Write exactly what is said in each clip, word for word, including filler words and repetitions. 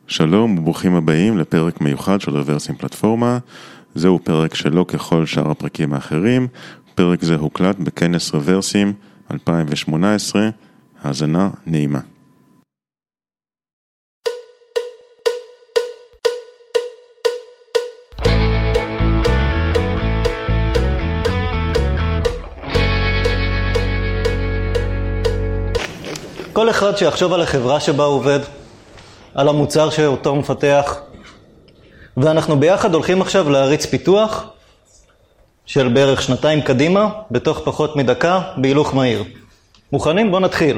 שלום וברוכים הבאים לפרק מיוחד של רוורסים פלטפורמה. זהו פרק שלא ככל שאר הפרקים האחרים. פרק זה הוקלט בכנס רוורסים אלפיים שמונה עשרה. האזנה נעימה. כל אחד שיחשוב על החברה שבה הוא עובד, על המוצר שאותו הוא מפתח, ואנחנו ביחד הולכים עכשיו להריץ פיתוח של בערך שנתיים קדימה, בתוך פחות מדקה, בהילוך מהיר. מוכנים? בואו נתחיל.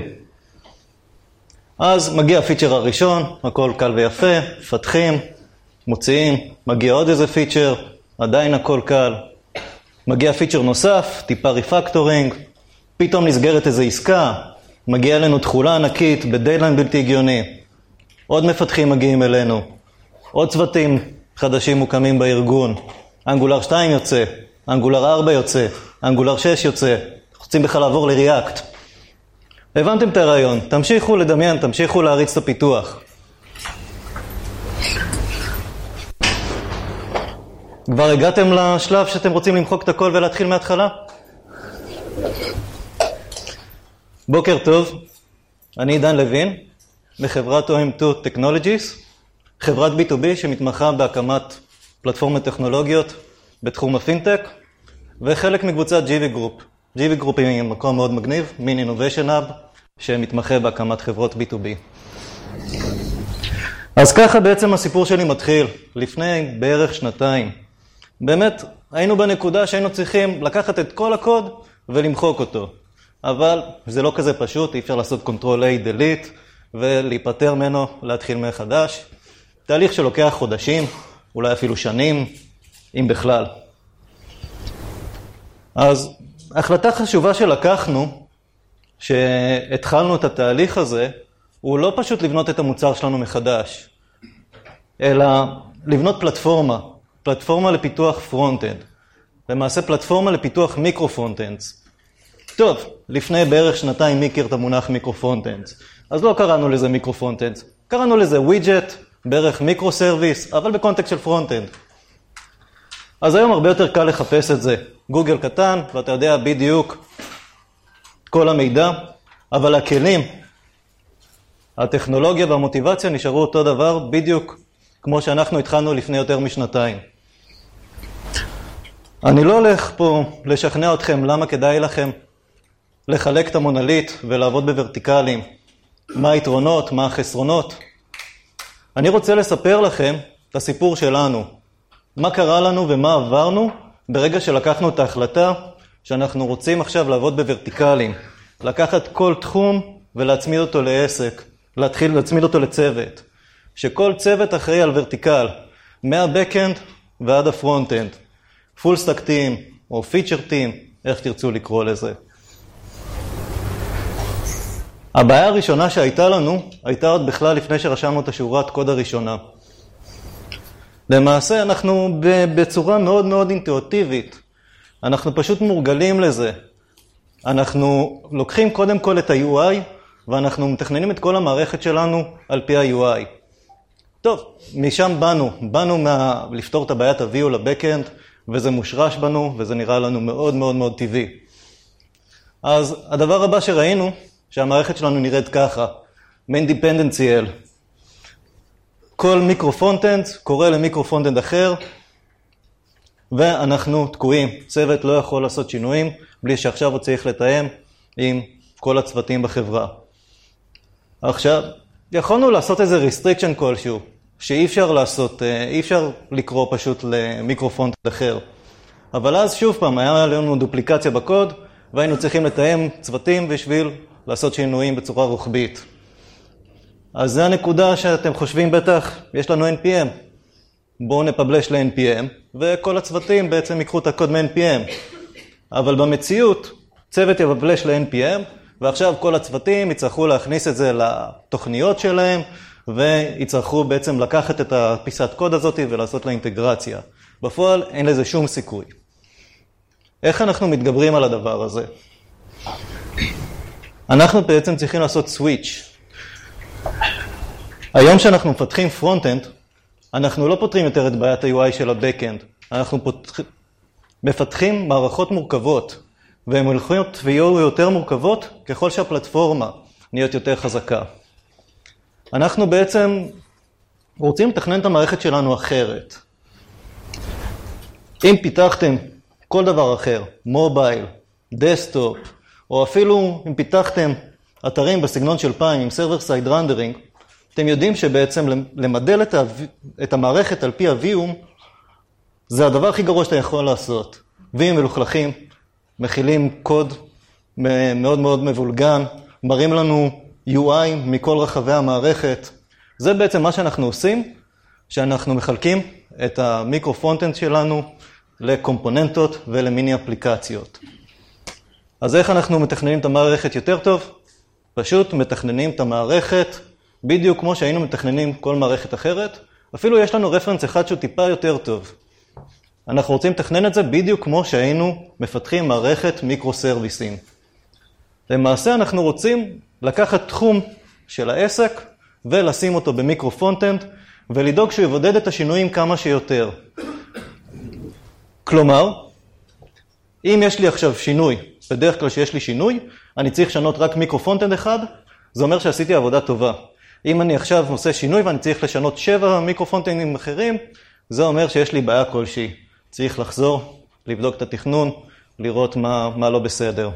אז מגיע הפיצ'ר הראשון, הכל קל ויפה, מפתחים, מוציאים, מגיע עוד איזה פיצ'ר, עדיין הכל קל. מגיע פיצ'ר נוסף, טיפה ריפקטורינג, פתאום נסגרת איזו עסקה, מגיע אלינו תחולה ענקית בדדליין בלתי הגיוני. עוד מפתחים מגיעים אלינו, עוד צוותים חדשים מוקמים בארגון, אנגולר שתיים יוצא, אנגולר ארבע יוצא, אנגולר שש יוצא, רוצים בכלל לעבור לריאקט. הבנתם את הרעיון, תמשיכו לדמיין, תמשיכו להריץ את הפיתוח. כבר הגעתם לשלב שאתם רוצים למחוק את הכל ולהתחיל מההתחלה? בוקר טוב, אני עידן לוין, לחברת או אם טו Technologies, חברת בי טו בי שמתמחה בהקמת פלטפורמות טכנולוגיות בתחום הפינטק, וחלק מקבוצת ג'י וי Group. ג'י וי Group היא מקום מאוד מגניב, מין Innovation Hub, שמתמחה בהקמת חברות בי טו בי. אז ככה בעצם הסיפור שלי מתחיל, לפני בערך שנתיים. באמת, היינו בנקודה שהיינו צריכים לקחת את כל הקוד ולמחוק אותו. אבל זה לא כזה פשוט, אי אפשר לעשות קונטרול איי דליט ולהיפטר ממנו, להתחיל מחדש. תהליך שלוקח חודשים, אולי אפילו שנים, אם בכלל. אז החלטה חשובה שלקחנו, שהתחלנו את התהליך הזה, הוא לא פשוט לבנות את המוצר שלנו מחדש, אלא לבנות פלטפורמה, פלטפורמה לפיתוח פרונט-אנד. למעשה פלטפורמה לפיתוח מיקרו-פרונט-אנדס. טוב, לפני בערך שנתיים מי הכיר את המונח מיקרו-פרונט-אנדס? אז לא קראנו לזה מיקרו-פרונט-אנדס, קראנו לזה ווידג'ט, בערך מיקרו-סרוויס, אבל בקונטקסט של פרונט-אנד. אז היום הרבה יותר קל לחפש את זה. גוגל קטן, ואתה יודע בדיוק כל המידע, אבל הכלים, הטכנולוגיה והמוטיבציה נשארו אותו דבר בדיוק כמו שאנחנו התחלנו לפני יותר משנתיים. אני לא הולך פה לשכנע אתכם למה כדאי לכם לחלק את המונוליט ולעבוד בוורטיקלים. מה היתרונות, מה החסרונות. אני רוצה לספר לכם את הסיפור שלנו. מה קרה לנו ומה עברנו ברגע שלקחנו את ההחלטה שאנחנו רוצים עכשיו לעבוד בוורטיקלים. לקחת כל תחום ולהצמיד אותו לעסק. להתחיל להצמיד אותו לצוות. שכל צוות אחראי על ורטיקל. מהבקאנד ועד הפרונט-אנד. פול סטאק טים או פיצ'ר טים, איך תרצו לקרוא לזה. הבעיה הראשונה שהייתה לנו, הייתה עוד בכלל לפני שרשמנו את השורת קוד הראשונה. למעשה אנחנו בצורה מאוד מאוד אינטואיטיבית, אנחנו פשוט מורגלים לזה. אנחנו לוקחים קודם כל את ה-יו איי, ואנחנו מתכננים את כל המערכת שלנו על פי ה-יו איי. טוב, משם באנו, באנו מה... לפתור את הבעיית ה-view לבקאנד, וזה מושרש בנו, וזה נראה לנו מאוד מאוד מאוד טבעי. אז הדבר הבא שראינו, שהמערכת שלנו נראית ככה, main dependency L. כל מיקרו-פרונט-אנד קורא למיקרו-פרונט-אנד אחר, ואנחנו תקועים. צוות לא יכול לעשות שינויים, בלי שעכשיו הוא צריך לתאם עם כל הצוותים בחברה. עכשיו, יכולנו לעשות איזה restriction כלשהו, שאי אפשר לעשות, אי אפשר לקרוא פשוט למיקרו-פרונט-אנד אחר. אבל אז שוב פעם, היה לנו דופליקציה בקוד, והיינו צריכים לתאם צוותים בשביל לעשות שינויים בצורה רוחבית. אז זה הנקודה שאתם חושבים בטח, יש לנו אן פי אם. בואו נפבלש ל-אן פי אם, וכל הצוותים בעצם ייקחו את הקוד מ-אן פי אם. אבל במציאות, צוות יפבלש ל-אן פי אם, ועכשיו כל הצוותים יצטרכו להכניס את זה לתוכניות שלהם, ויצטרכו בעצם לקחת את הפיסת קוד הזאת ולעשות לה אינטגרציה. בפועל אין לזה שום סיכוי. איך אנחנו מתגברים על הדבר הזה? אנחנו בעצם צריכים לעשות סוויץ'. היום שאנחנו מפתחים פרונט-אנד, אנחנו לא פותרים יותר את בעיית ה-יו איי של ה-Backend. אנחנו פותח... מפתחים מערכות מורכבות, והן הולכות ויהיו יותר מורכבות ככל שהפלטפורמה נהיית יותר חזקה. אנחנו בעצם רוצים לתכנן את המערכת שלנו אחרת. אם פיתחתם כל דבר אחר, מובייל, דסקטופ, או אפילו אם פיתחתם אתרים בסגנון של פיים עם סרבר סייד רנדרינג, אתם יודעים שבעצם למדל את, ה... את המערכת על פי הוויום, זה הדבר הכי גרוע שאתה יכול לעשות. ויים מלוכלכים, מכילים קוד מאוד מאוד מבולגן, מראים לנו יו איי מכל רחבי המערכת. זה בעצם מה שאנחנו עושים, שאנחנו מחלקים את המיקרו פרונט-אנד שלנו לקומפוננטות ולמיני אפליקציות. אז איך אנחנו מתכננים את המערכת יותר טוב? פשוט מתכננים את המערכת בדיוק כמו שהיינו מתכננים כל מערכת אחרת. אפילו יש לנו רפרנס אחד שהוא טיפה יותר טוב. אנחנו רוצים לתכנן את זה בדיוק כמו שהיינו מפתחים מערכת מיקרו-סרוויסים. למעשה אנחנו רוצים לקחת תחום של העסק ולשים אותו במיקרו פרונט-אנד ולדאוג שהוא יבודד את השינויים כמה שיותר. כלומר, אם יש לי עכשיו שינוי, בדרך כלל שיש לי שינוי, אני צריך לשנות רק מיקרו פרונט-אנד אחד, זה אומר שעשיתי עבודה טובה. אם אני עכשיו עושה שינוי ואני צריך לשנות שבע מיקרו פרונט-אנדים אחרים, זה אומר שיש לי בעיה כלשהי. צריך לחזור, לבדוק את התכנון, לראות מה, מה לא בסדר.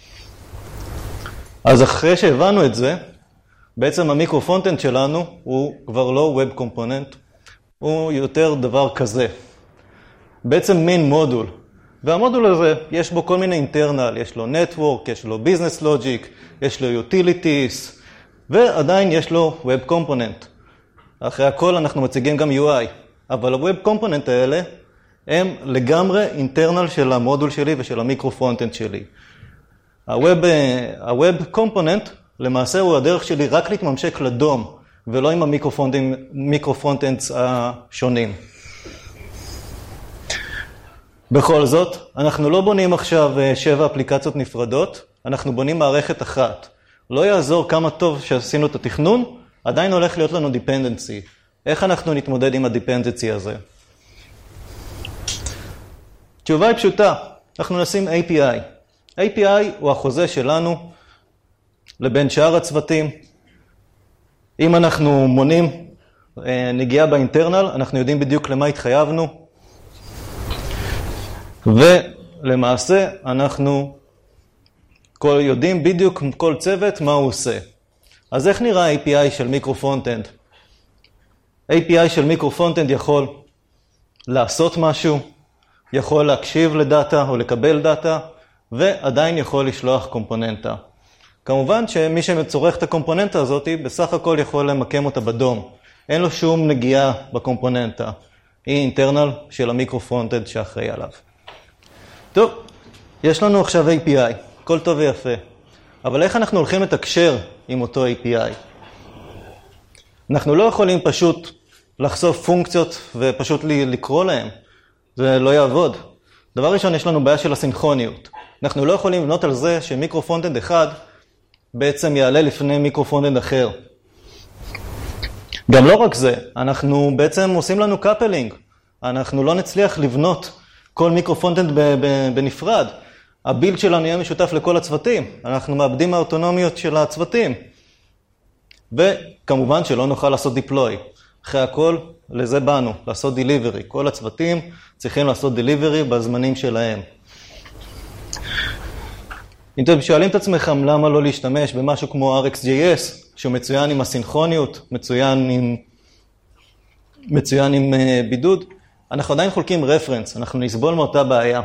אז אחרי שהבנו את זה, בעצם המיקרו פרונט-אנד שלנו הוא כבר לא Web Component, הוא יותר דבר כזה. בעצם מין מודול. והמודול הזה יש בו כל מיני אינטרנל, יש לו Network, יש לו Business Logic, יש לו Utilities, ועדיין יש לו Web Component. אחרי הכל אנחנו מציגים גם יו איי, אבל ה-Web Component האלה הם לגמרי אינטרנל של המודול שלי ושל המיקרו פרונט-אנד שלי. ה-Web, ה-Web Component למעשה הוא הדרך שלי רק להתממשק לדום, ולא עם המיקרו פרונט-אנדס השונים. בכל זאת, אנחנו לא בונים עכשיו שבע אפליקציות נפרדות, אנחנו בונים מערכת אחת. לא יעזור כמה טוב שעשינו את התכנון, עדיין הולך להיות לנו dependency. איך אנחנו נתמודד עם ה-dependency הזה? תשובה היא פשוטה, אנחנו נשים איי פי איי. איי פי איי הוא החוזה שלנו לבין שאר הצוותים. אם אנחנו מונים נגיעה באינטרנל, אנחנו יודעים בדיוק למה התחייבנו. ולמעשה אנחנו יודעים בדיוק כל צוות מה הוא עושה. אז איך נראה איי פי איי של מיקרו פרונט-אנד? איי פי איי של מיקרו פרונט-אנד יכול לעשות משהו, יכול להקשיב לדאטה או לקבל דאטה, ועדיין יכול לשלוח קומפוננטה. כמובן שמי שצורך את הקומפוננטה הזאת, בסך הכל יכול למקם אותה בדום. אין לו שום נגיעה בקומפוננטה. היא אינטרנל של המיקרו פרונט-אנד שאחראי עליו. טוב, יש לנו עכשיו איי פי איי, כל טוב ויפה. אבל איך אנחנו הולכים לתקשר עם אותו איי פי איי? אנחנו לא יכולים פשוט לחשוף פונקציות ופשוט לקרוא להם. זה לא יעבוד. דבר ראשון, יש לנו בעיה של הסינכרוניות. אנחנו לא יכולים לבנות על זה שמיקרו פרונט-אנד אחד בעצם יעלה לפני מיקרו פרונט-אנד אחר. גם לא רק זה, אנחנו בעצם עושים לנו קאפלינג. אנחנו לא נצליח לבנות כל מיקרו פרונט-אנד בנפרד. הבילד שלנו יהיה משותף לכל הצוותים. אנחנו מאבדים האוטונומיות של הצוותים. וכמובן שלא נוכל לעשות דיפלוי. אחרי הכל, לזה באנו, לעשות delivery. כל הצוותים צריכים לעשות delivery בזמנים שלהם. אם אתם שואלים את עצמכם למה לא להשתמש במשהו כמו אר אקס ג'יי אס, שהוא מצוין עם הסינכרוניות, מצוין עם, מצוין עם uh, בידוד, אנחנו עדיין חולקים רפרנס, אנחנו נסבול מאותה בעיה.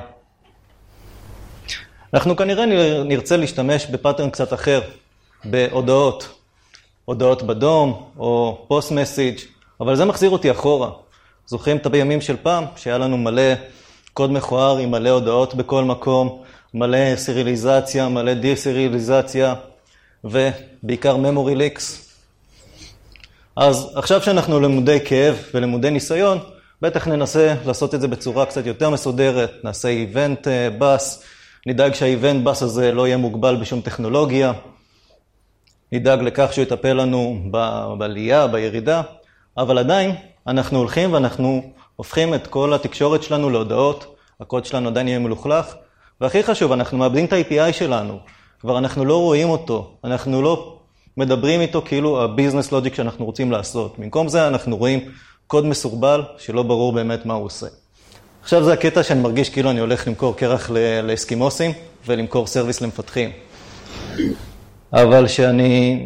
אנחנו כנראה נרצה להשתמש בפאטרן קצת אחר, בהודעות, הודעות בדום או פוסט מסייג', אבל זה מחזיר אותי אחורה. זוכרים את הימים של פעם, שהיה לנו מלא קוד מכוער עם מלא הודעות בכל מקום, מלא סריליזציה, מלא די-סריליזציה, ובעיקר memory leaks. אז עכשיו שאנחנו למודי כאב ולמודי ניסיון, בטח ננסה לעשות את זה בצורה קצת יותר מסודרת, נעשה איבנט בס, נדאג שהאיבנט בס הזה לא יהיה מוגבל בשום טכנולוגיה, נדאג לכך שהוא יטפל לנו בעלייה, בירידה, אבל עדיין אנחנו הולכים ואנחנו הופכים את כל התקשורת שלנו להודעות, הקוד שלנו עדיין יהיה מלוכלך, והכי חשוב, אנחנו מאבדים את ה-איי פי איי שלנו, כבר אנחנו לא רואים אותו, אנחנו לא מדברים איתו כאילו הביזנס לוג'יק שאנחנו רוצים לעשות. במקום זה אנחנו רואים קוד מסורבל שלא ברור באמת מה הוא עושה. עכשיו זה הקטע שאני מרגיש כאילו אני הולך למכור קרח לאסקימוסים ולמכור סרוויס למפתחים. אבל שאני,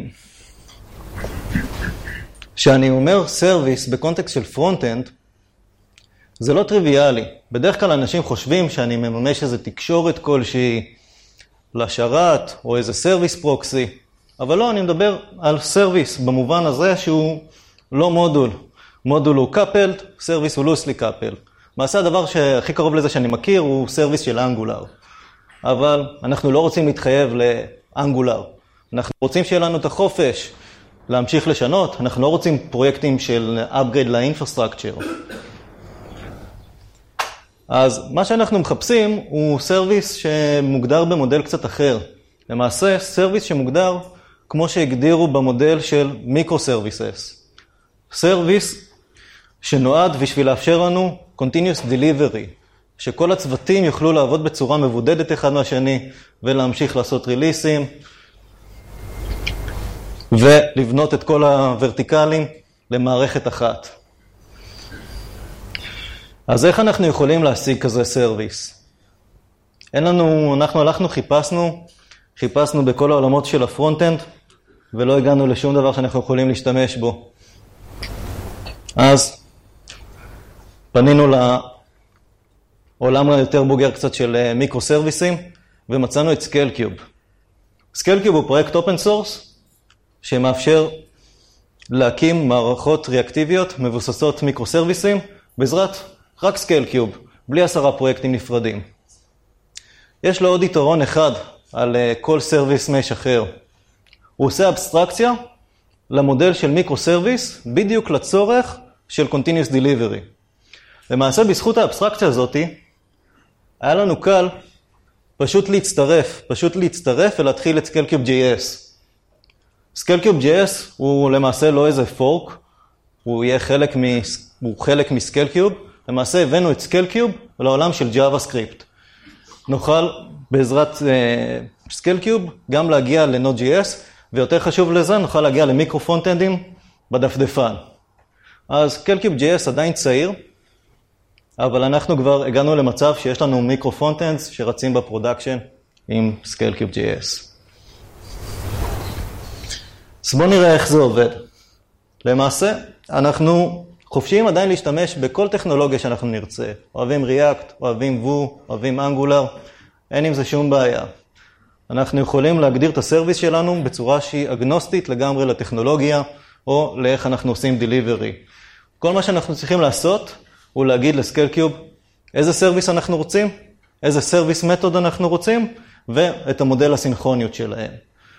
שאני אומר סרוויס בקונטקסט של פרונט-אנד, זה לא טריוויאלי. בדרך כלל אנשים חושבים שאני מממש איזו תקשורת כלשהי לשרת או איזה סרוויס פרוקסי, אבל לא, אני מדבר על סרוויס במובן הזה שהוא לא מודול. מודול הוא coupled, סרוויס הוא loosely coupled. מעשה הדבר שהכי קרוב לזה שאני מכיר הוא סרוויס של אנגולר. אבל אנחנו לא רוצים להתחייב לאנגולר. אנחנו רוצים שיהיה לנו את החופש להמשיך לשנות, אנחנו לא רוצים פרויקטים של upgrade לאינפרסטרקצ'ר. אז מה שאנחנו מחפשים הוא סרוויס שמוגדר במודל קצת אחר. למעשה, סרוויס שמוגדר כמו שהגדירו במודל של מיקרו-סרוויסס. סרוויס שנועד בשביל לאפשר לנו continuous delivery, שכל הצוותים יוכלו לעבוד בצורה מבודדת אחד מהשני, ולהמשיך לעשות ריליסים, ולבנות את כל הוורטיקלים למערכת אחת. אז איך אנחנו יכולים להשיג כזה סרוויס? אין לנו, אנחנו הלכנו, חיפשנו, חיפשנו בכל העולמות של הפרונט-אנד, ולא הגענו לשום דבר שאנחנו יכולים להשתמש בו. אז פנינו לעולם היותר בוגר קצת של מיקרו-סרוויסים, ומצאנו את סקיילקיוב. סקיילקיוב הוא פרויקט אופן סורס, שמאפשר להקים מערכות ריאקטיביות מבוססות מיקרו-סרוויסים, בעזרת רק סקיילקיוב, בלי עשרה פרויקטים נפרדים. יש לו עוד יתרון אחד על כל סרוויס מש אחר. הוא עושה אבסטרקציה למודל של מיקרו-סרוויס, בדיוק לצורך של continuous delivery. למעשה, בזכות האבסטרקציה הזאת, היה לנו קל פשוט להצטרף, פשוט להצטרף ולהתחיל את סקיילקיוב ג'יי אס. סקיילקיוב ג'יי אס הוא למעשה לא איזה פורק, הוא יהיה חלק, מ, הוא חלק מסקיילקיוב. למעשה הבאנו את סקיילקיוב לעולם של JavaScript. נוכל בעזרת uh, סקיילקיוב גם להגיע ל-Node.js, ויותר חשוב לזה, נוכל להגיע למיקרו פרונט-אנדים בדפדפן. אז סקיילקיוב ג'יי אס עדיין צעיר, אבל אנחנו כבר הגענו למצב שיש לנו מיקרו פרונט-אנדס שרצים בפרודקשן עם סקיילקיוב ג'יי אס. אז בואו נראה איך זה עובד. למעשה, אנחנו חופשיים עדיין להשתמש בכל טכנולוגיה שאנחנו נרצה. אוהבים React, אוהבים Vue, אוהבים Angular, אין עם זה שום בעיה. אנחנו יכולים להגדיר את הסרוויס שלנו בצורה שהיא אגנוסטית לגמרי לטכנולוגיה, או לאיך אנחנו עושים delivery. כל מה שאנחנו צריכים לעשות הוא להגיד לסקיילקיוב איזה סרוויס אנחנו רוצים, איזה סרוויס מתוד אנחנו רוצים, ואת המודל הסינכרוניות שלהם.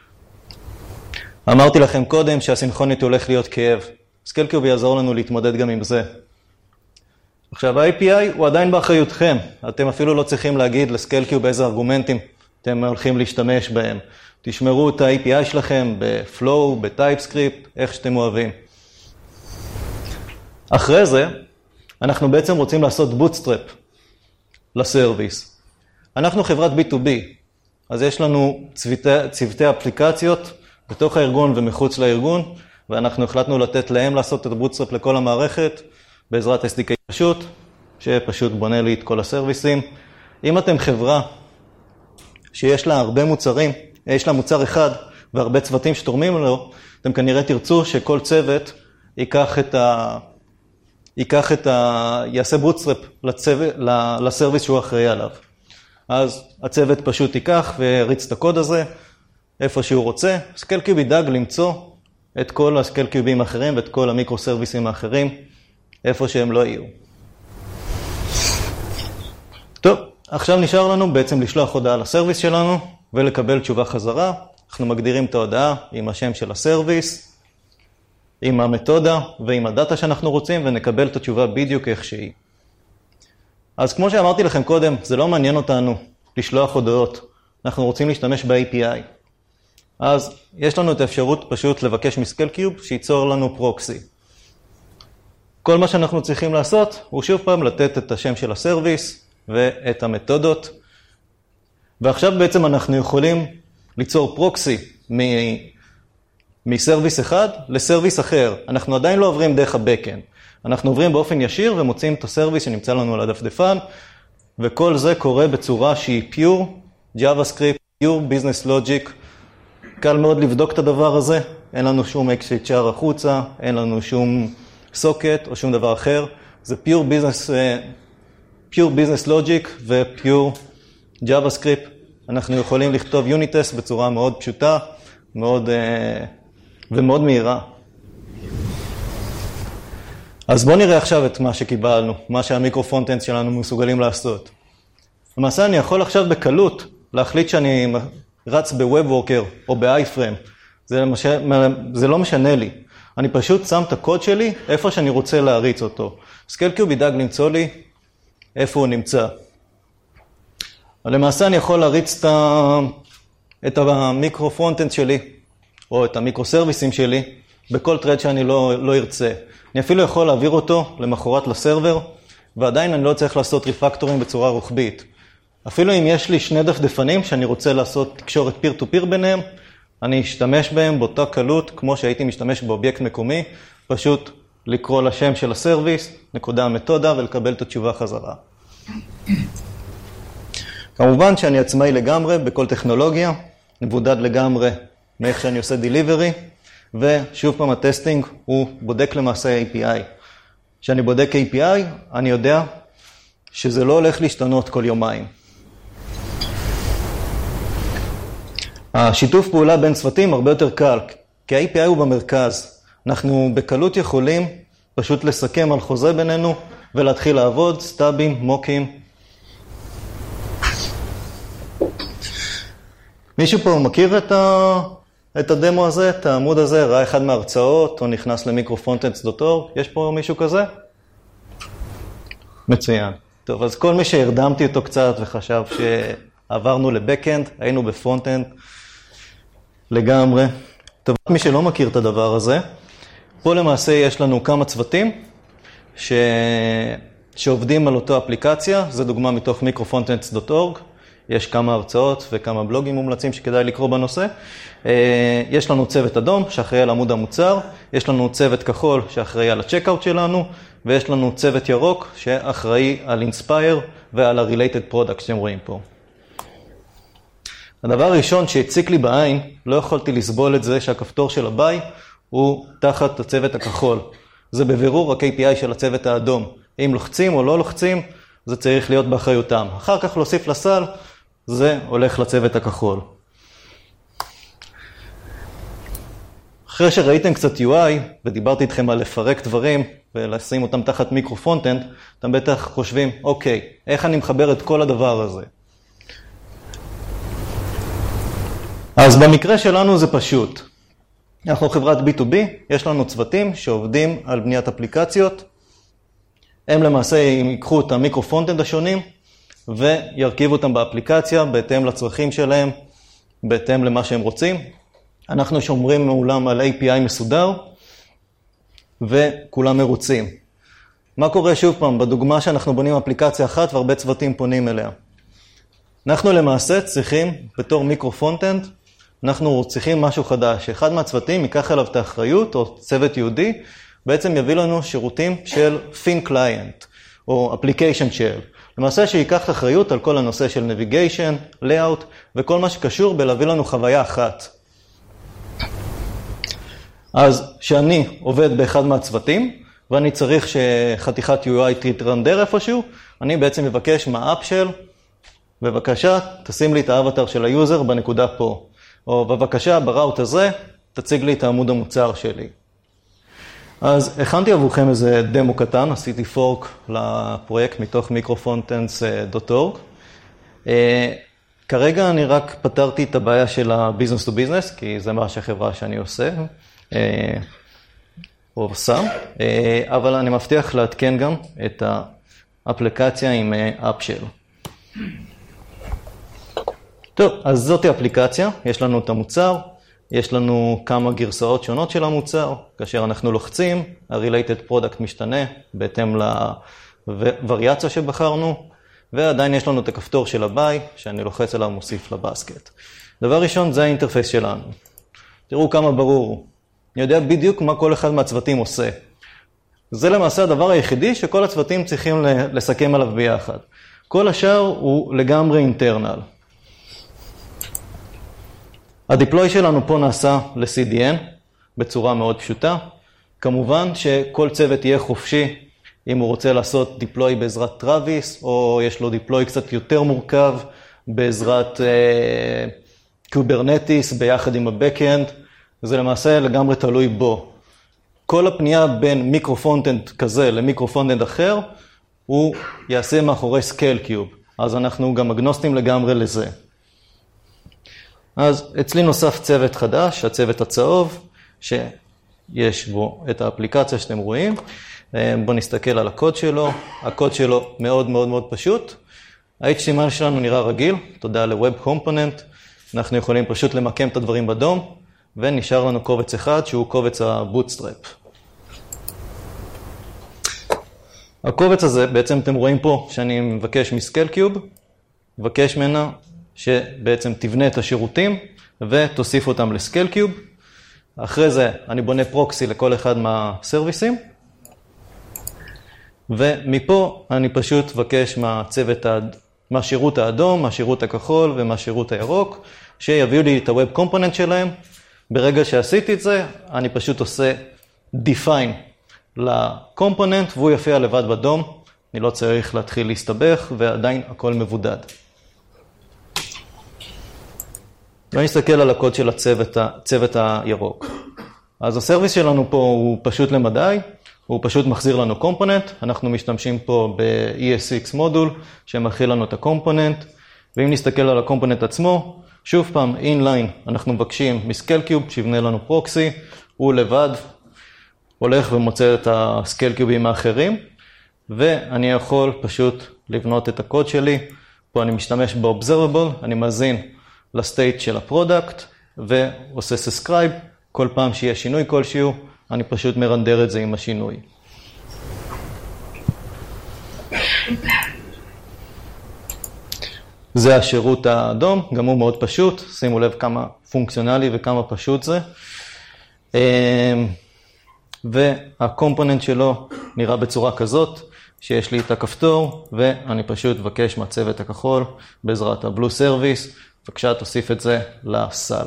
אמרתי לכם קודם שהסינכרוניות הולך להיות כאב. סקיילקיוב יעזור לנו להתמודד גם עם זה. עכשיו, ה-איי פי איי הוא עדיין באחריותכם. אתם אפילו לא צריכים להגיד לסקיילקיוב באיזה ארגומנטים אתם הולכים להשתמש בהם. תשמרו את ה-איי פי איי שלכם ב-Flow, ב-TypeScript, איך שאתם אוהבים. אחרי זה, אנחנו בעצם רוצים לעשות bootstrap לסרוויס. אנחנו חברת בי טו בי, אז יש לנו צוותי, צוותי אפליקציות בתוך הארגון ומחוץ לארגון, ואנחנו החלטנו לתת להם לעשות את הבוטסטראפ לכל המערכת, בעזרת אס די קיי פשוט, שפשוט בונה לי את כל הסרוויסים. אם אתם חברה שיש לה הרבה מוצרים, יש לה מוצר אחד והרבה צוותים שתורמים לו, אתם כנראה תרצו שכל צוות ייקח את ה... ייקח את ה... יעשה בוטסטראפ לצוות... לסרוויס שהוא אחראי עליו. אז הצוות פשוט ייקח ויריץ את הקוד הזה, איפה שהוא רוצה. סקיילקיוב ידאג למצוא את כל הסקיילקיובים האחרים ואת כל המיקרו-סרוויסים האחרים, איפה שהם לא יהיו. טוב, עכשיו נשאר לנו בעצם לשלוח הודעה לסרוויס שלנו, ולקבל תשובה חזרה. אנחנו מגדירים את ההודעה עם השם של הסרוויס, עם המתודה ועם הדאטה שאנחנו רוצים, ונקבל את התשובה בדיוק איך שהיא. אז כמו שאמרתי לכם קודם, זה לא מעניין אותנו לשלוח הודעות. אנחנו רוצים להשתמש ב-איי פי איי. אז יש לנו את האפשרות פשוט לבקש מסקלקיוב שייצור לנו פרוקסי. כל מה שאנחנו צריכים לעשות הוא שוב פעם לתת את השם של הסרוויס ואת המתודות. ועכשיו בעצם אנחנו יכולים ליצור פרוקסי מ... מסרוויס אחד לסרוויס אחר. אנחנו עדיין לא עוברים דרך הבקאנד. אנחנו עוברים באופן ישיר ומוצאים את הסרוויס שנמצא לנו על הדפדפן, וכל זה קורה בצורה שהיא pure JavaScript, pure business logic. קל מאוד לבדוק את הדבר הזה, אין לנו שום אקס אייץ' אר החוצה, אין לנו שום סוקט או שום דבר אחר. זה pure business, pure business logic ו-pure JavaScript. אנחנו יכולים לכתוב unit test בצורה מאוד פשוטה, מאוד, ומאוד מהירה. אז בואו נראה עכשיו את מה שקיבלנו, מה שהמיקרו-פרונט-אנד שלנו מסוגלים לעשות. למעשה אני יכול עכשיו בקלות להחליט שאני רץ ב-WebWorker או ב-iFrame. זה, למש... זה לא משנה לי. אני פשוט שם את הקוד שלי איפה שאני רוצה להריץ אותו. סקלקיוב ידאג למצוא לי איפה הוא נמצא. למעשה אני יכול להריץ את, ה... את המיקרו-פרונט-אנד שלי, או את המיקרו-סרוויסים שלי, בכל טרד שאני לא, לא ארצה. אני אפילו יכול להעביר אותו למחרת לסרבר, ועדיין אני לא צריך לעשות ריפקטורים בצורה רוחבית. אפילו אם יש לי שני דפדפנים שאני רוצה לעשות תקשורת פיר טו פיר ביניהם, אני אשתמש בהם באותה קלות, כמו שהייתי משתמש באובייקט מקומי, פשוט לקרוא לשם של הסרוויס, נקודה המתודה, ולקבל את התשובה חזרה. כמובן שאני עצמאי לגמרי בכל טכנולוגיה, מבודד לגמרי מאיך שאני עושה דליברי, ושוב פעם הטסטינג הוא בודק למעשה איי פי איי. כשאני בודק איי פי איי, אני יודע שזה לא הולך להשתנות כל יומיים. השיתוף פעולה בין צוותים הרבה יותר קל, כי ה-איי פי איי הוא במרכז. אנחנו בקלות יכולים פשוט לסכם על חוזה בינינו ולהתחיל לעבוד, סטאבים, מוקים. מישהו פה מכיר את ה... את הדמו הזה, את העמוד הזה, ראה אחד מההרצאות, או נכנס למיקרו-פרונט-אנד דוט אורג, יש פה מישהו כזה? מצוין. טוב, אז כל מי שהרדמתי אותו קצת וחשב שעברנו לבקאנד, היינו בפרונט-אנד לגמרי. טוב, מי שלא מכיר את הדבר הזה, פה למעשה יש לנו כמה צוותים ש... שעובדים על אותו אפליקציה, זה דוגמה מתוך מיקרו-פרונט-אנד דוט אורג, יש כמה הרצאות וכמה בלוגים מומלצים שכדאי לקרוא בנושא. יש לנו צוות אדום שאחראי על עמוד המוצר, יש לנו צוות כחול שאחראי על הצ'קאוט שלנו, ויש לנו צוות ירוק שאחראי על Inspire ועל ה-Related Product שאתם רואים פה. הדבר הראשון שהציק לי בעין, לא יכולתי לסבול את זה שהכפתור של הביי הוא תחת הצוות הכחול. זה בבירור ה-איי פי איי של הצוות האדום. אם לוחצים או לא לוחצים, זה צריך להיות באחריותם. אחר כך להוסיף לסל, זה הולך לצוות הכחול. אחרי שראיתם קצת יו איי, ודיברתי איתכם על לפרק דברים, ולשים אותם תחת מיקרו-פרונט-אנד, אתם בטח חושבים, אוקיי, איך אני מחבר את כל הדבר הזה? אז במקרה שלנו זה פשוט. אנחנו חברת בי טו בי, יש לנו צוותים שעובדים על בניית אפליקציות, הם למעשה ייקחו את המיקרו-פרונט-אנד השונים, וירכיבו אותם באפליקציה, בהתאם לצרכים שלהם, בהתאם למה שהם רוצים. אנחנו שומרים מעולם על איי פי איי מסודר, וכולם מרוצים. מה קורה שוב פעם? בדוגמה שאנחנו בונים אפליקציה אחת, והרבה צוותים פונים אליה. אנחנו למעשה צריכים, בתור מיקרו-פרונט-אנד, אנחנו צריכים משהו חדש. אחד מהצוותים ייקח אליו את האחריות, או צוות יהודי, בעצם יביא לנו שירותים של Thin Client, או Application Shell. למעשה שיקח את האחריות על כל הנושא של Navigation, Layout, וכל מה שקשור בלהביא לנו חוויה אחת. אז שאני עובד באחד מהצוותים, ואני צריך שחתיכת יו איי תתרנדר איפשהו, אני בעצם מבקש מהאפ של, בבקשה, תשים לי את האבטר של היוזר בנקודה פה. או בבקשה, בראוט הזה, תציג לי את העמוד המוצר שלי. אז הכנתי עבורכם איזה דמו קטן, עשיתי פורק לפרויקט מתוך מיקרו-פרונט-אנד דוט אורג. כרגע אני רק פתרתי את הבעיה של ה-Business to Business, כי זה מה שהחברה שאני עושה, או עושה, אבל אני מבטיח לעדכן גם את האפליקציה עם אפשל. טוב, אז זאת האפליקציה, יש לנו את המוצר, יש לנו כמה גרסאות שונות של המוצר, כאשר אנחנו לוחצים, ה-Related Product משתנה בהתאם לווריאציה שבחרנו, ועדיין יש לנו את הכפתור של ה-Buy, שאני לוחץ עליו מוסיף לבסקט. דבר ראשון, זה האינטרפייס שלנו. תראו כמה ברור. אני יודע בדיוק מה כל אחד מהצוותים עושה. זה למעשה הדבר היחידי שכל הצוותים צריכים לסכם עליו ביחד. כל השאר הוא לגמרי אינטרנל. הדיפלוי שלנו פה נעשה ל-סי די אן בצורה מאוד פשוטה. כמובן שכל צוות יהיה חופשי אם הוא רוצה לעשות דיפלוי בעזרת טרוויס, או יש לו דיפלוי קצת יותר מורכב בעזרת קוברנטיס uh, ביחד עם הבקאנד. זה למעשה לגמרי תלוי בו. כל הפנייה בין מיקרו פרונט-אנד כזה למיקרו פרונט-אנד אחר, הוא יעשה מאחורי סקייל קיוב. אז אנחנו גם אגנוסטים לגמרי לזה. אז אצלי נוסף צוות חדש, הצוות הצהוב, שיש בו את האפליקציה שאתם רואים. בואו נסתכל על הקוד שלו. הקוד שלו מאוד מאוד מאוד פשוט. ה-אייץ' טי אם אל שלנו נראה רגיל, תודה ל-Web Component. אנחנו יכולים פשוט למקם את הדברים בדום, ונשאר לנו קובץ אחד שהוא קובץ ה-Bootstrap. הקובץ הזה, בעצם אתם רואים פה שאני מבקש מסקייל קיוב, מבקש ממנה שבעצם תבנה את השירותים ותוסיף אותם לסקייל קיוב. אחרי זה אני בונה פרוקסי לכל אחד מהסרוויסים, ומפה אני פשוט מבקש מהצוות, מהשירות האדום, מהשירות הכחול ומהשירות הירוק, שיביאו לי את ה-Web Component שלהם. ברגע שעשיתי את זה, אני פשוט עושה define לקומפוננט, והוא יופיע לבד בדום. אני לא צריך להתחיל להסתבך, ועדיין הכל מבודד. בואו נסתכל על הקוד של הצוות, הצוות הירוק. אז הסרוויס שלנו פה הוא פשוט למדי, הוא פשוט מחזיר לנו קומפוננט. אנחנו משתמשים פה ב-אי אס אקס מודול, שמכיל לנו את הקומפוננט, ואם נסתכל על הקומפוננט עצמו, שוב פעם, inline, אנחנו מבקשים מסקייל קיוב, שיבנה לנו פרוקסי, הוא לבד הולך ומוצא את הסקייל קיובים האחרים, ואני יכול פשוט לבנות את הקוד שלי. פה אני משתמש ב-observable, אני מזין לסטייט של הפרודקט, ועושה subscribe, כל פעם שיהיה שינוי כלשהו, אני פשוט מרנדר את זה עם השינוי. זה השירות האדום, גם הוא מאוד פשוט, שימו לב כמה פונקציונלי וכמה פשוט זה. והקומפוננט שלו נראה בצורה כזאת, שיש לי את הכפתור, ואני פשוט מבקש מהצוות הכחול, בעזרת הבלו סרוויס, בבקשה תוסיף את זה לסל.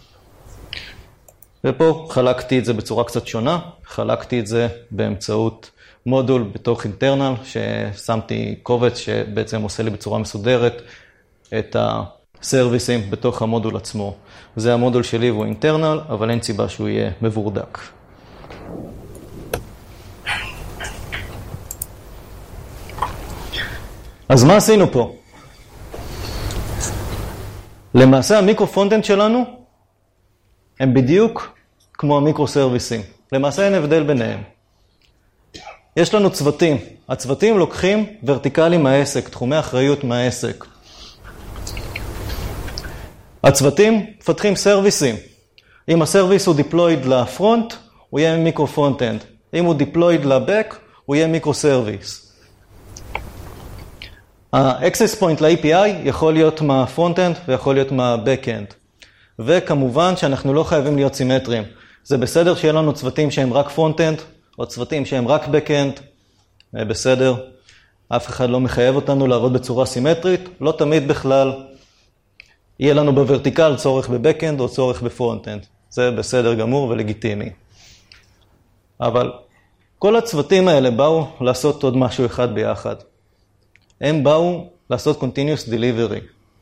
ופה חלקתי את זה בצורה קצת שונה, חלקתי את זה באמצעות מודול בתוך אינטרנל, ששמתי קובץ שבעצם עושה לי בצורה מסודרת את הסרוויסים בתוך המודול עצמו. זה המודול שלי והוא אינטרנל, אבל אין סיבה שהוא יהיה מבורדק. אז מה עשינו פה? למעשה המיקרו פרונט-אנד שלנו הם בדיוק כמו המיקרו סרוויסים. למעשה אין הבדל ביניהם. יש לנו צוותים. הצוותים לוקחים ורטיקלים מהעסק, תחומי אחריות מהעסק. הצוותים מפתחים סרוויסים. אם הסרוויס הוא deployed לפרונט, הוא יהיה מיקרו פרונט-אנד. אם הוא deployed לבק, הוא יהיה מיקרו סרוויס. ה-access point ל-איי פי איי יכול להיות מה-front-end ויכול להיות מה-back-end. וכמובן שאנחנו לא חייבים להיות סימטריים. זה בסדר שיהיה לנו צוותים שהם רק front-end, או צוותים שהם רק back-end. בסדר. אף אחד לא מחייב אותנו לעבוד בצורה סימטרית. לא תמיד בכלל יהיה לנו בוורטיקל צורך ב-back-end או צורך ב-front-end. זה בסדר גמור ולגיטימי. אבל כל הצוותים האלה באו לעשות עוד משהו אחד ביחד. הם באו לעשות continuous delivery.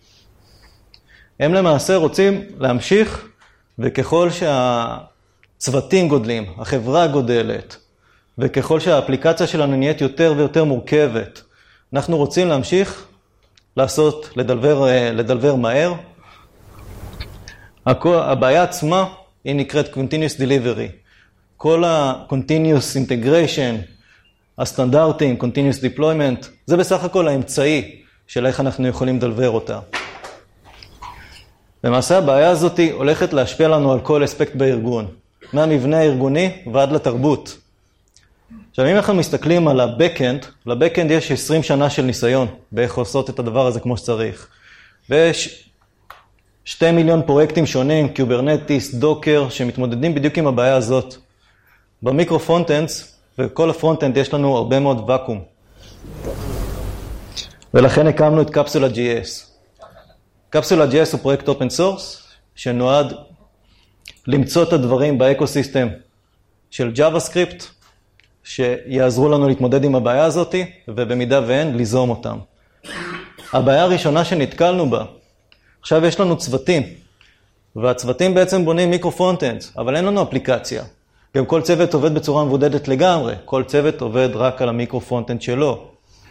הם למעשה רוצים להמשיך, וככל שהצוותים גודלים, החברה גודלת, וככל שהאפליקציה שלנו נהיית יותר ויותר מורכבת, אנחנו רוצים להמשיך לעשות, לדלבר, לדלבר מהר. הבעיה עצמה היא נקראת continuous delivery. כל ה-continuous integration, הסטנדרטים, continuous deployment, זה בסך הכל האמצעי של איך אנחנו יכולים לדלבר אותה. למעשה הבעיה הזאת הולכת להשפיע לנו על כל אספקט בארגון, מהמבנה הארגוני ועד לתרבות. עכשיו, אם אנחנו מסתכלים על ה-Backend, ל-Backend יש עשרים שנה של ניסיון באיך לעשות את הדבר הזה כמו שצריך. ויש שתי מיליון פרויקטים שונים, קיוברנטיס, דוקר, שמתמודדים בדיוק עם הבעיה הזאת. במיקרו פרונט-אנדס, וכל הפרונט-אנד יש לנו הרבה מאוד ואקום. ולכן הקמנו את קפסולה ג'י אס. קפסולה ג'י אס הוא פרויקט אופן סורס, שנועד למצוא את הדברים באקוסיסטם של JavaScript, שיעזרו לנו להתמודד עם הבעיה הזאת, ובמידה ואין, ליזום אותם. הבעיה הראשונה שנתקלנו בה, עכשיו יש לנו צוותים, והצוותים בעצם בונים מיקרו פרונט-אנדס, אבל אין לנו אפליקציה. גם כל צוות עובד בצורה מבודדת לגמרי, כל צוות עובד רק על המיקרו פרונט-אנד שלו.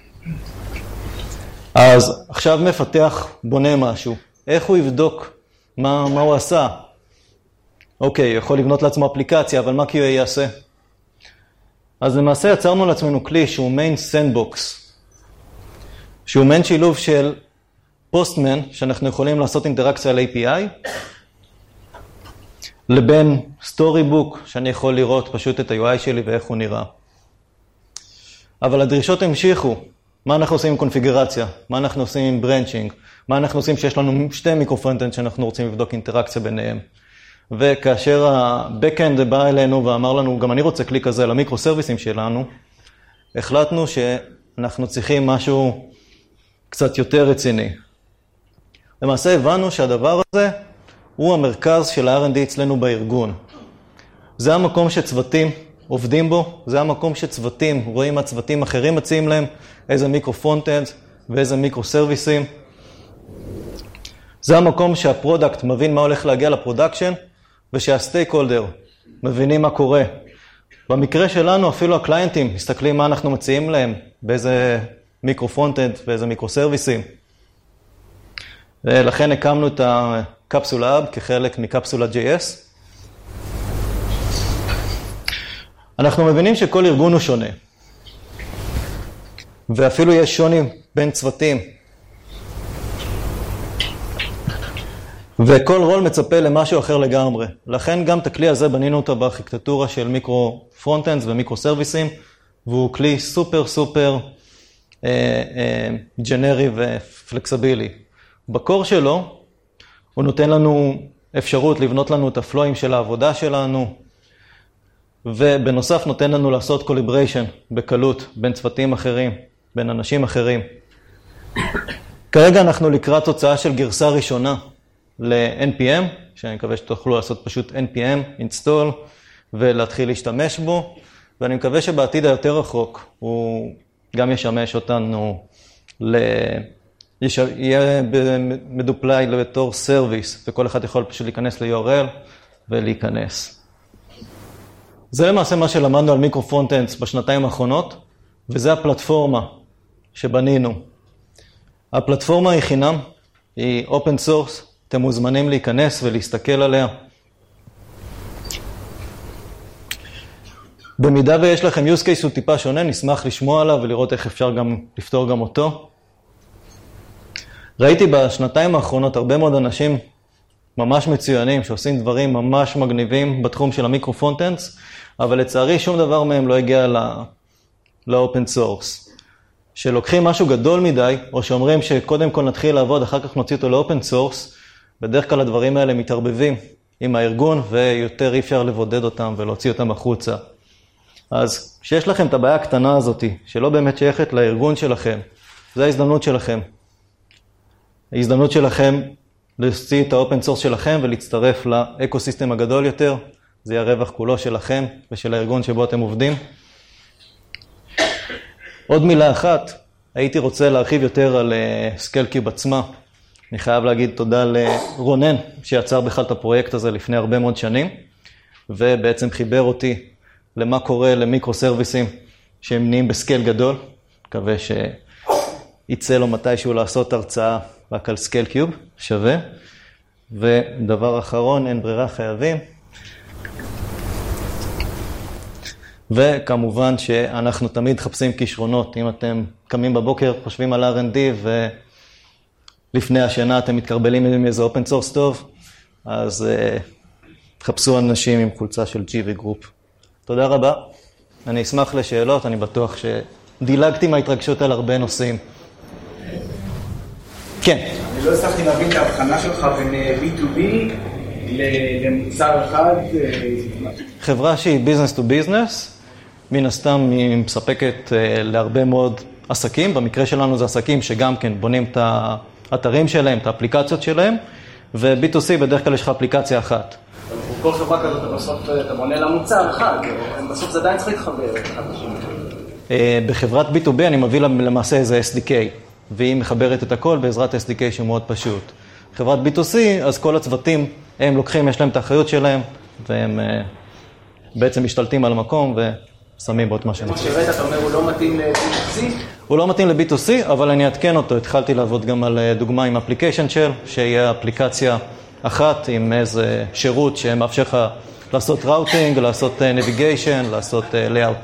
אז עכשיו מפתח בונה משהו, איך הוא יבדוק מה, מה הוא עשה? אוקיי, יכול לבנות לעצמו אפליקציה, אבל מה קיו איי יעשה? אז למעשה יצרנו לעצמנו כלי שהוא מיין סנדבוקס, שהוא מיין שילוב של פוסטמן, שאנחנו יכולים לעשות אינטראקציה על איי פי איי, לבין סטורי בוק, שאני יכול לראות פשוט את ה-יו איי שלי ואיך הוא נראה. אבל הדרישות המשיכו. מה אנחנו עושים עם קונפיגרציה? מה אנחנו עושים עם ברנצ'ינג? מה אנחנו עושים שיש לנו שתי מיקרו-פרונט-אנד שאנחנו רוצים לבדוק אינטראקציה ביניהם? וכאשר ה-Backend בא אלינו ואמר לנו, גם אני רוצה כלי כזה למיקרו-סרוויסים שלנו, החלטנו שאנחנו צריכים משהו קצת יותר רציני. למעשה הבנו שהדבר הזה הוא המרכז של ה-אר אנד די אצלנו בארגון. זה המקום שצוותים עובדים בו, זה המקום שצוותים רואים מה צוותים אחרים מציעים להם, איזה מיקרו-פרונט-אנד ואיזה מיקרו-סרוויסים. זה המקום שהפרודקט מבין מה הולך להגיע לפרודקשן, ושהסטייק הולדר מבינים מה קורה. במקרה שלנו אפילו הקליינטים מסתכלים מה אנחנו מציעים להם, באיזה מיקרו-פרונט-אנד ואיזה מיקרו-סרוויסים. ולכן הקמנו את הקפסולה האב כחלק מקפסולה ג'י אס. אנחנו מבינים שכל ארגון הוא שונה. ואפילו יש שוני בין צוותים. וכל רול מצפה למשהו אחר לגמרי. לכן גם את הכלי הזה בנינו אותה בארכיטקטורה של מיקרו פרונט-אנדס ומיקרו סרוויסים, והוא כלי סופר סופר ג'נרי ופלקסבילי. בקור שלו הוא נותן לנו אפשרות לבנות לנו את הפלואים של העבודה שלנו, ובנוסף נותן לנו לעשות קוליבריישן בקלות בין צוותים אחרים, בין אנשים אחרים. כרגע אנחנו לקראת תוצאה של גרסה ראשונה ל-אן פי אם, שאני מקווה שתוכלו לעשות פשוט אן פי אם, install, ולהתחיל להשתמש בו, ואני מקווה שבעתיד היותר רחוק הוא גם ישמש אותנו, ל... יש... יהיה מדופליי לתור סרוויס, וכל אחד יכול פשוט להיכנס ל-יו אר אל ולהיכנס. זה למעשה מה שלמדנו על מיקרו פרונט-אנדס בשנתיים האחרונות, וזה הפלטפורמה שבנינו. הפלטפורמה היא חינם, היא אופן סורס, אתם מוזמנים להיכנס ולהסתכל עליה. במידה ויש לכם use case הוא טיפה שונה, נשמח לשמוע עליו ולראות איך אפשר גם לפתור גם אותו. ראיתי בשנתיים האחרונות הרבה מאוד אנשים ממש מצוינים, שעושים דברים ממש מגניבים בתחום של המיקרו פרונט-אנדס, אבל לצערי שום דבר מהם לא הגיע לאופן סורס. שלוקחים משהו גדול מדי, או שאומרים שקודם כל נתחיל לעבוד, אחר כך נוציא אותו לאופן סורס, בדרך כלל הדברים האלה מתערבבים עם הארגון, ויותר אי אפשר לבודד אותם ולהוציא אותם החוצה. אז כשיש לכם את הבעיה הקטנה הזאת, שלא באמת שייכת לארגון שלכם, זו ההזדמנות שלכם. ההזדמנות שלכם להוציא את האופן סורס שלכם ולהצטרף לאקוסיסטם הגדול יותר. זה יהיה הרווח כולו שלכם ושל הארגון שבו אתם עובדים. עוד מילה אחת, הייתי רוצה להרחיב יותר על סקיילקיוב עצמה. אני חייב להגיד תודה לרונן שיצר בכלל את הפרויקט הזה לפני הרבה מאוד שנים, ובעצם חיבר אותי למה קורה למיקרו סרוויסים שהם נהיים בסקייל גדול. מקווה שיצא לו מתישהו לעשות הרצאה רק על סקיילקיוב, שווה. ודבר אחרון, אין ברירה, חייבים. וכמובן שאנחנו תמיד חפשים כישרונות. אם אתם קמים בבוקר, חושבים על אר אנד די לפני השנה אתם מתקרבלים עם איזה אופן סורס טוב, אז uh, חפשו אנשים עם חולצה של ג'י וי Group. תודה רבה. אני אשמח לשאלות, אני בטוח שדילגתי מההתרגשות על הרבה נושאים. כן. אני לא הצלחתי להבין את ההבחנה שלך בין בי טו בי למוצר אחד. חברה שהיא ביזנס טו ביזנס, מן הסתם היא מספקת להרבה מאוד עסקים, במקרה שלנו זה עסקים שגם כן בונים את האתרים שלהם, את האפליקציות שלהם, ו-בי טו סי בדרך כלל יש לך אפליקציה אחת. כל חברה כזאת, בסוף אתה בונה לה מוצר אחד, בסוף זה עדיין צריך להתחבר אחד לשני. בחברת בי טו בי אני מביא למעשה איזה אס די קיי, והיא מחברת את הכל בעזרת אס די קיי שהוא מאוד פשוט. חברת בי טו סי, אז כל הצוותים, הם לוקחים, יש להם את האחריות שלהם, והם בעצם משתלטים על המקום ושמים בו את מה שהם. כמו שראית, אתה אומר, הוא לא מתאים ל-בי טו סי? הוא לא מתאים ל-בי טו סי, אבל אני אתקן אותו. התחלתי לעבוד גם על דוגמה עם אפליקיישן של, שיהיה אפליקציה אחת עם איזה שירות שמאפשר לך לעשות ראוטינג, לעשות נביגיישן, לעשות לייאוט.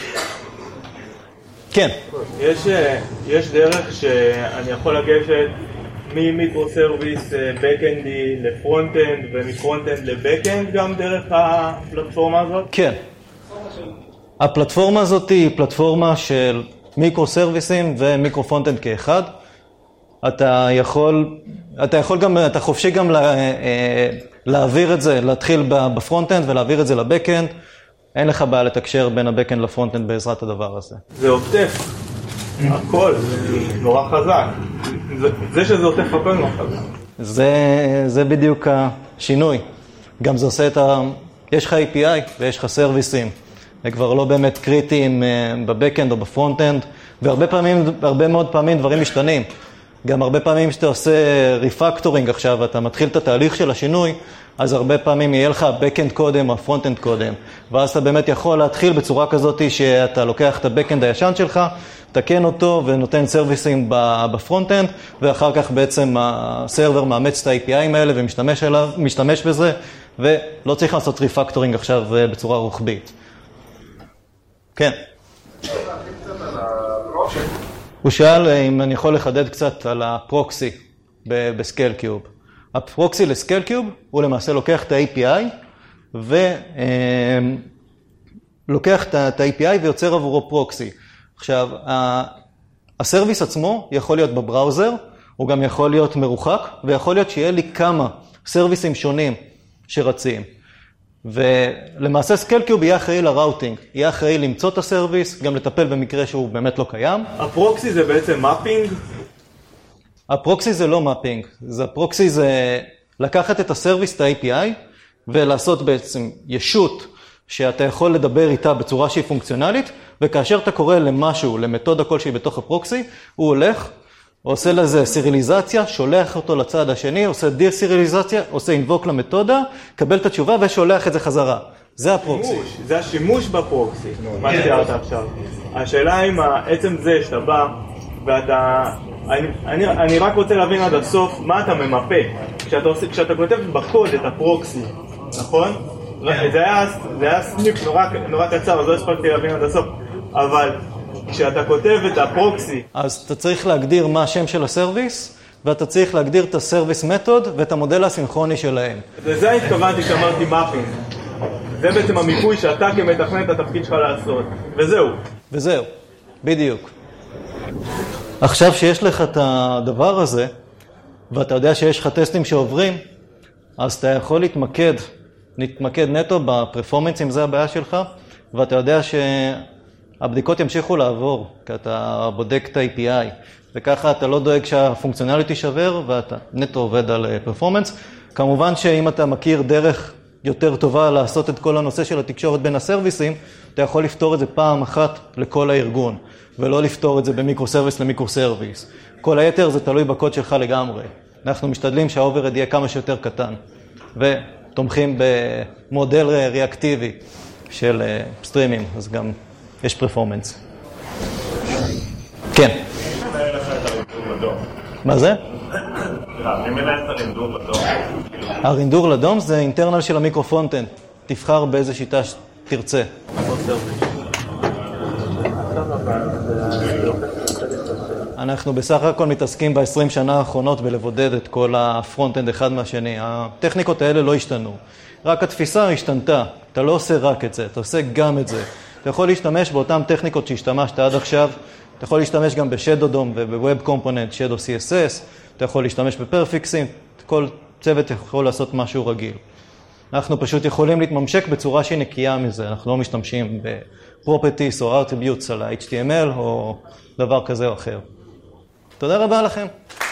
כן. יש, יש דרך שאני יכול לגשת ממיקרו סרוויס בקאנדי לפרונט-אנד ומפרונט-אנד לבקאנד גם דרך הפלטפורמה הזאת? כן. הפלטפורמה הזאת היא פלטפורמה של מיקרו סרוויסים ומיקרו פרונט-אנד כאחד. אתה יכול, אתה יכול גם, אתה חופשי גם לה, להעביר את זה, להתחיל בפרונט-אנד ולהעביר את זה לבקאנד. אין לך בעיה לתקשר בין הבקאנד לפרונט-אנד בעזרת הדבר הזה. זה עוטף, הכל, זה נורא חזק. זה, זה שזה עוטף הכל נורא חזק. זה, זה בדיוק השינוי. גם זה עושה את ה... יש לך איי פי איי ויש לך סרוויסים. זה כבר לא באמת קריטיים בבקאנד או בפרונט-אנד, והרבה פעמים, הרבה מאוד פעמים דברים משתנים. גם הרבה פעמים שאתה עושה ריפקטורינג עכשיו, אתה מתחיל את התהליך של השינוי, אז הרבה פעמים יהיה לך בקאנד קודם או פרונט-אנד קודם. ואז אתה באמת יכול להתחיל בצורה כזאת שאתה לוקח את הבקאנד הישן שלך, תקן אותו ונותן סרוויסים בפרונט-אנד, ואחר כך בעצם הסרבר מאמץ את ה-איי פי איי האלה ומשתמש אליו, משתמש בזה, ולא צריך לעשות ריפקטורינג עכשיו בצורה רוחבית. כן. הוא שאל אם אני יכול לחדד קצת על הפרוקסי בסקייל קיוב. הפרוקסי לסקייל קיוב הוא למעשה לוקח את ה-איי פי איי ולוקח את ה-איי פי איי ויוצר עבורו פרוקסי. עכשיו, הסרוויס עצמו יכול להיות בבראוזר, הוא גם יכול להיות מרוחק, ויכול להיות שיהיה לי כמה סרוויסים שונים שרצים. ולמעשה סקייל קיוב יהיה אחראי לראוטינג, יהיה אחראי למצוא את הסרוויס, גם לטפל במקרה שהוא באמת לא קיים. הפרוקסי זה בעצם מאפינג? הפרוקסי זה לא מאפינג, זה הפרוקסי זה לקחת את הסרוויס, את ה-איי פי איי, ולעשות בעצם ישות שאתה יכול לדבר איתה בצורה שהיא פונקציונלית, וכאשר אתה קורא למשהו, למתודה כלשהי בתוך הפרוקסי, הוא הולך, עושה לזה סיריליזציה, שולח אותו לצד השני, עושה דיר סיריליזציה, עושה אינבוק למתודה, קבל את התשובה ושולח את זה חזרה. זה הפרוקסי. שימוש, זה השימוש בפרוקסי, מה שתיארת עכשיו. השאלה אם עצם זה שאתה בא ואתה... אני, אני, אני רק רוצה להבין עד הסוף מה אתה ממפה. כשאתה, עושה, כשאתה כותב בקוד את הפרוקסי, נכון? זה היה, זה היה סניפ נורא, נורא קצר, אז לא הספקתי להבין עד הסוף. אבל כשאתה כותב את הפרוקסי... אז אתה צריך להגדיר מה השם של הסרוויס, ואתה צריך להגדיר את הסרוויס מתוד ואת המודל הסינכרוני שלהם. לזה התכוונתי שאמרתי מאפינג. זה בעצם המיפוי שאתה כמתכנן את התפקיד שלך לעשות. וזהו. וזהו, בדיוק. עכשיו שיש לך את הדבר הזה, ואתה יודע שיש לך טסטים שעוברים, אז אתה יכול להתמקד, להתמקד נטו בפרפורמנס, אם זה הבעיה שלך, ואתה יודע שהבדיקות ימשיכו לעבור, כי אתה בודק את ה-איי פי איי, וככה אתה לא דואג שהפונקציונליטי שבר, ואתה נטו עובד על פרפורמנס. כמובן שאם אתה מכיר דרך יותר טובה לעשות את כל הנושא של התקשורת בין הסרוויסים, אתה יכול לפתור את זה פעם אחת לכל הארגון, ולא לפתור את זה במיקרו סרוויס למיקרו סרוויס. כל היתר זה תלוי בקוד שלך לגמרי. אנחנו משתדלים שהאוברד יהיה כמה שיותר קטן, ותומכים במודל ריאקטיבי של סטרימים, אז גם יש פרפורמנס. כן. מה זה? אני מנהל את הרינדור לדום. הרינדור לדום זה אינטרנל של המיקרו פרונט-אנד. תבחר באיזה שיטה שתרצה. אנחנו בסך הכל מתעסקים ב-עשרים שנה האחרונות בלבודד את כל הפרונט-אנד אחד מהשני. הטכניקות האלה לא השתנו. רק התפיסה השתנתה. אתה לא עושה רק את זה, אתה עושה גם את זה. אתה יכול להשתמש באותן טכניקות שהשתמשת עד עכשיו. אתה יכול להשתמש גם ב-Shadow דום וב-Web Component, Shadow סי אס אס. אתה יכול להשתמש בפרפיקסים. כל צוות יכול לעשות משהו רגיל. אנחנו פשוט יכולים להתממשק בצורה שהיא נקייה מזה. אנחנו לא משתמשים ב-properties או attributes על ה-אייץ' טי אם אל או דבר כזה או אחר. תודה רבה לכם.